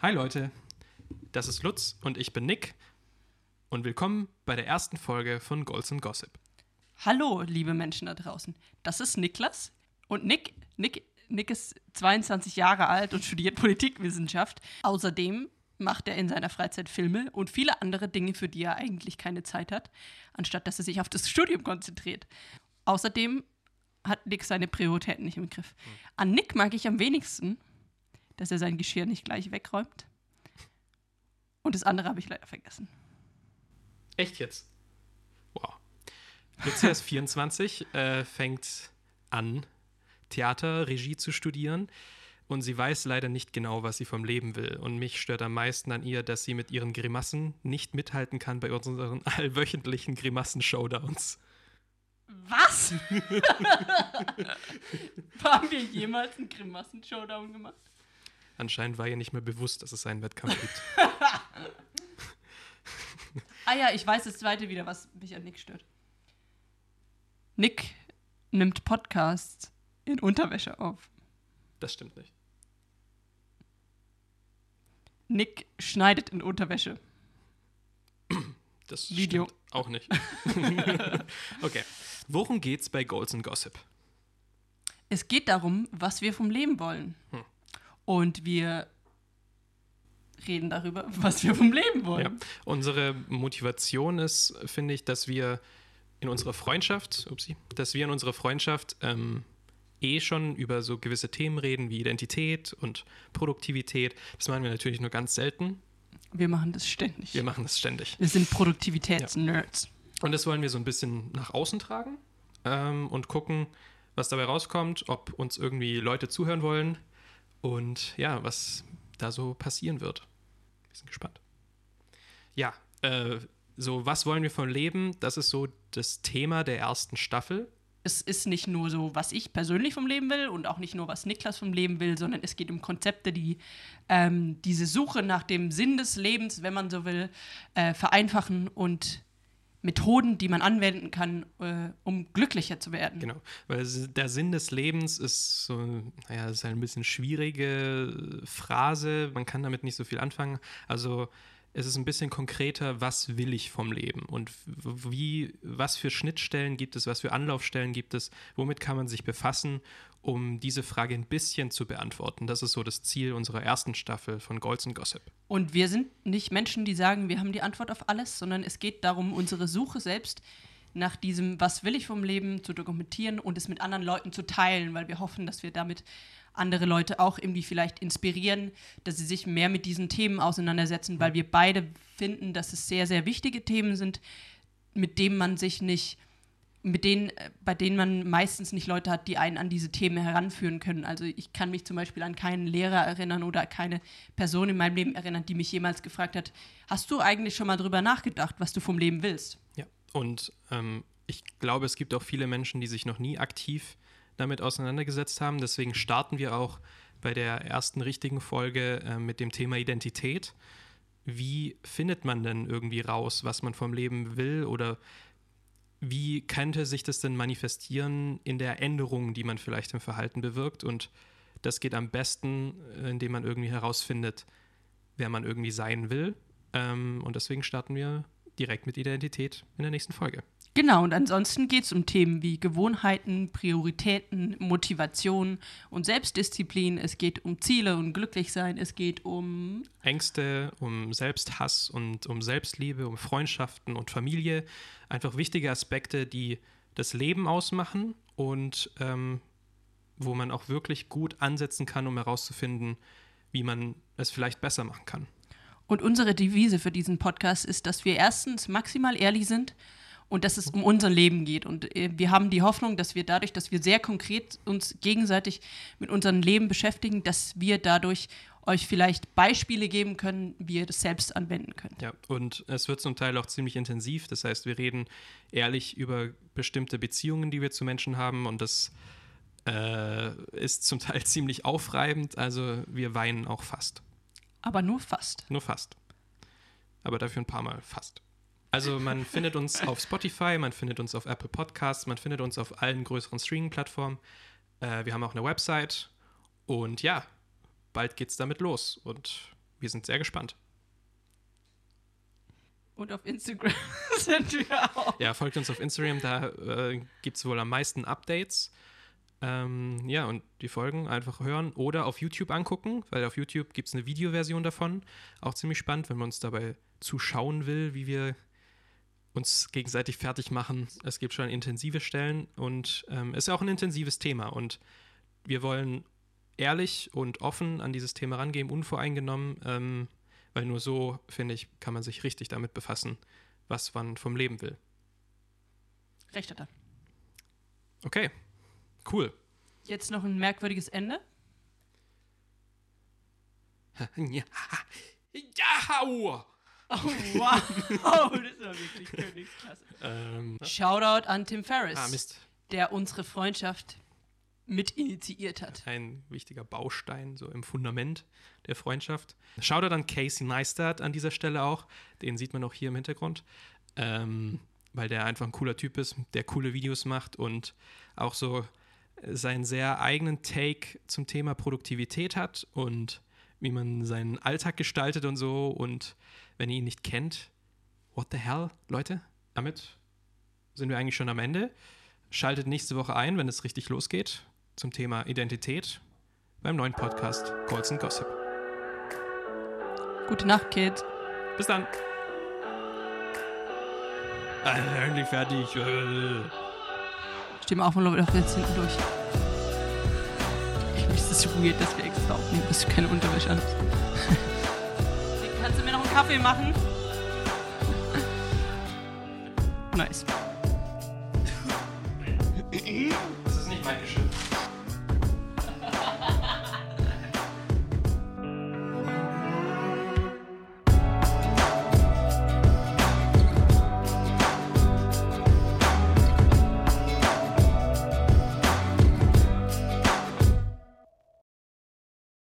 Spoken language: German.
Hi Leute, das ist Lutz und ich bin Nick und willkommen bei der ersten Folge von Golds & Gossip. Hallo, liebe Menschen da draußen. Das ist Niklas und Nick ist 22 Jahre alt und studiert Politikwissenschaft. Außerdem macht er in seiner Freizeit Filme und viele andere Dinge, für die er eigentlich keine Zeit hat, anstatt dass er sich auf das Studium konzentriert. Außerdem hat Nick seine Prioritäten nicht im Griff. An Nick mag ich am wenigsten, dass er sein Geschirr nicht gleich wegräumt. Und das andere habe ich leider vergessen. Echt jetzt? Wow. Lucia ist 24, fängt an, Theater, Regie zu studieren und sie weiß leider nicht genau, was sie vom Leben will. Und mich stört am meisten an ihr, dass sie mit ihren Grimassen nicht mithalten kann bei unseren allwöchentlichen Grimassen-Showdowns. Was? Haben wir jemals einen Grimassen-Showdown gemacht? Anscheinend war ihr nicht mehr bewusst, dass es einen Wettkampf gibt. Ah ja, ich weiß das zweite wieder, was mich an Nick stört. Nick nimmt Podcasts in Unterwäsche auf. Das stimmt nicht. Nick schneidet in Unterwäsche. Das Video. Stimmt auch nicht. Okay. Worum geht's bei Golds & Gossip? Es geht darum, was wir vom Leben wollen. Und wir reden darüber, was wir vom Leben wollen. Ja. Unsere Motivation ist, finde ich, dass wir in unserer Freundschaft, schon über so gewisse Themen reden wie Identität und Produktivität. Das machen wir natürlich nur ganz selten. Wir machen das ständig. Wir sind Produktivitäts-Nerds. Und das wollen wir so ein bisschen nach außen tragen und gucken, was dabei rauskommt, ob uns irgendwie Leute zuhören wollen und ja, was da so passieren wird. Wir sind gespannt. Ja, so was wollen wir vom Leben? Das ist so das Thema der ersten Staffel. Es ist nicht nur so, was ich persönlich vom Leben will und auch nicht nur, was Niklas vom Leben will, sondern es geht um Konzepte, die diese Suche nach dem Sinn des Lebens, wenn man so will, vereinfachen und Methoden, die man anwenden kann, um glücklicher zu werden. Genau, weil der Sinn des Lebens ist so, ist ein bisschen schwierige Phrase, man kann damit nicht so viel anfangen. Also es ist ein bisschen konkreter, was will ich vom Leben und was für Schnittstellen gibt es, was für Anlaufstellen gibt es, womit kann man sich befassen, um diese Frage ein bisschen zu beantworten. Das ist so das Ziel unserer ersten Staffel von Golds & Gossip. Und wir sind nicht Menschen, die sagen, wir haben die Antwort auf alles, sondern es geht darum, unsere Suche selbst nach diesem, was will ich vom Leben, zu dokumentieren und es mit anderen Leuten zu teilen, weil wir hoffen, dass wir damit andere Leute auch irgendwie vielleicht inspirieren, dass sie sich mehr mit diesen Themen auseinandersetzen, weil wir beide finden, dass es sehr, sehr wichtige Themen sind, bei denen man meistens nicht Leute hat, die einen an diese Themen heranführen können. Also ich kann mich zum Beispiel an keinen Lehrer erinnern oder keine Person in meinem Leben erinnern, die mich jemals gefragt hat, hast du eigentlich schon mal drüber nachgedacht, was du vom Leben willst? Ja, und ich glaube, es gibt auch viele Menschen, die sich noch nie aktiv damit auseinandergesetzt haben. Deswegen starten wir auch bei der ersten richtigen Folge mit dem Thema Identität. Wie findet man denn irgendwie raus, was man vom Leben will oder wie könnte sich das denn manifestieren in der Änderung, die man vielleicht im Verhalten bewirkt? Und das geht am besten, indem man irgendwie herausfindet, wer man irgendwie sein will. Und deswegen starten wir direkt mit Identität in der nächsten Folge. Genau, und ansonsten geht es um Themen wie Gewohnheiten, Prioritäten, Motivation und Selbstdisziplin. Es geht um Ziele und Glücklichsein. Es geht um Ängste, um Selbsthass und um Selbstliebe, um Freundschaften und Familie. Einfach wichtige Aspekte, die das Leben ausmachen und wo man auch wirklich gut ansetzen kann, um herauszufinden, wie man es vielleicht besser machen kann. Und unsere Devise für diesen Podcast ist, dass wir erstens maximal ehrlich sind und dass es um unser Leben geht. Und wir haben die Hoffnung, dass wir dadurch, dass wir sehr konkret uns gegenseitig mit unserem Leben beschäftigen, dass wir dadurch euch vielleicht Beispiele geben können, wie ihr das selbst anwenden könnt. Ja, und es wird zum Teil auch ziemlich intensiv. Das heißt, wir reden ehrlich über bestimmte Beziehungen, die wir zu Menschen haben. Und das ist zum Teil ziemlich aufreibend. Also wir weinen auch fast. Aber nur fast. Nur fast. Aber dafür ein paar Mal fast. Also man findet uns auf Spotify, man findet uns auf Apple Podcasts, man findet uns auf allen größeren Streaming-Plattformen. Wir haben auch eine Website und ja, bald geht's damit los und wir sind sehr gespannt. Und auf Instagram sind wir auch. Ja, folgt uns auf Instagram, da gibt es wohl am meisten Updates. Ja, und die Folgen einfach hören oder auf YouTube angucken, weil auf YouTube gibt es eine Videoversion davon. Auch ziemlich spannend, wenn man uns dabei zuschauen will, wie wir uns gegenseitig fertig machen. Es gibt schon intensive Stellen und es ist auch ein intensives Thema. Und wir wollen ehrlich und offen an dieses Thema rangehen, unvoreingenommen, weil nur so, finde ich, kann man sich richtig damit befassen, was man vom Leben will. Recht hat er. Okay, cool. Jetzt noch ein merkwürdiges Ende. Ja. Oh, wow. Das war wirklich Königsklasse. Shoutout an Tim Ferriss, Mist. der unsere Freundschaft mit initiiert hat. Ein wichtiger Baustein so im Fundament der Freundschaft. Shoutout an Casey Neistat an dieser Stelle auch. Den sieht man auch hier im Hintergrund. Weil der einfach ein cooler Typ ist, der coole Videos macht und auch so seinen sehr eigenen Take zum Thema Produktivität hat und wie man seinen Alltag gestaltet und so. Und wenn ihr ihn nicht kennt, what the hell, Leute? Damit sind wir eigentlich schon am Ende. Schaltet nächste Woche ein, wenn es richtig losgeht, zum Thema Identität beim neuen Podcast Calls and Gossip. Gute Nacht, Kids. Bis dann. Endlich fertig. Stehen wir auf und laufen jetzt hinten durch. Ich finde es so weird, dass wir extra aufnehmen, dass du keine Unterwäsche an hast. Kannst du mir noch einen Kaffee machen? Nice. Das ist nicht mein Geschirr.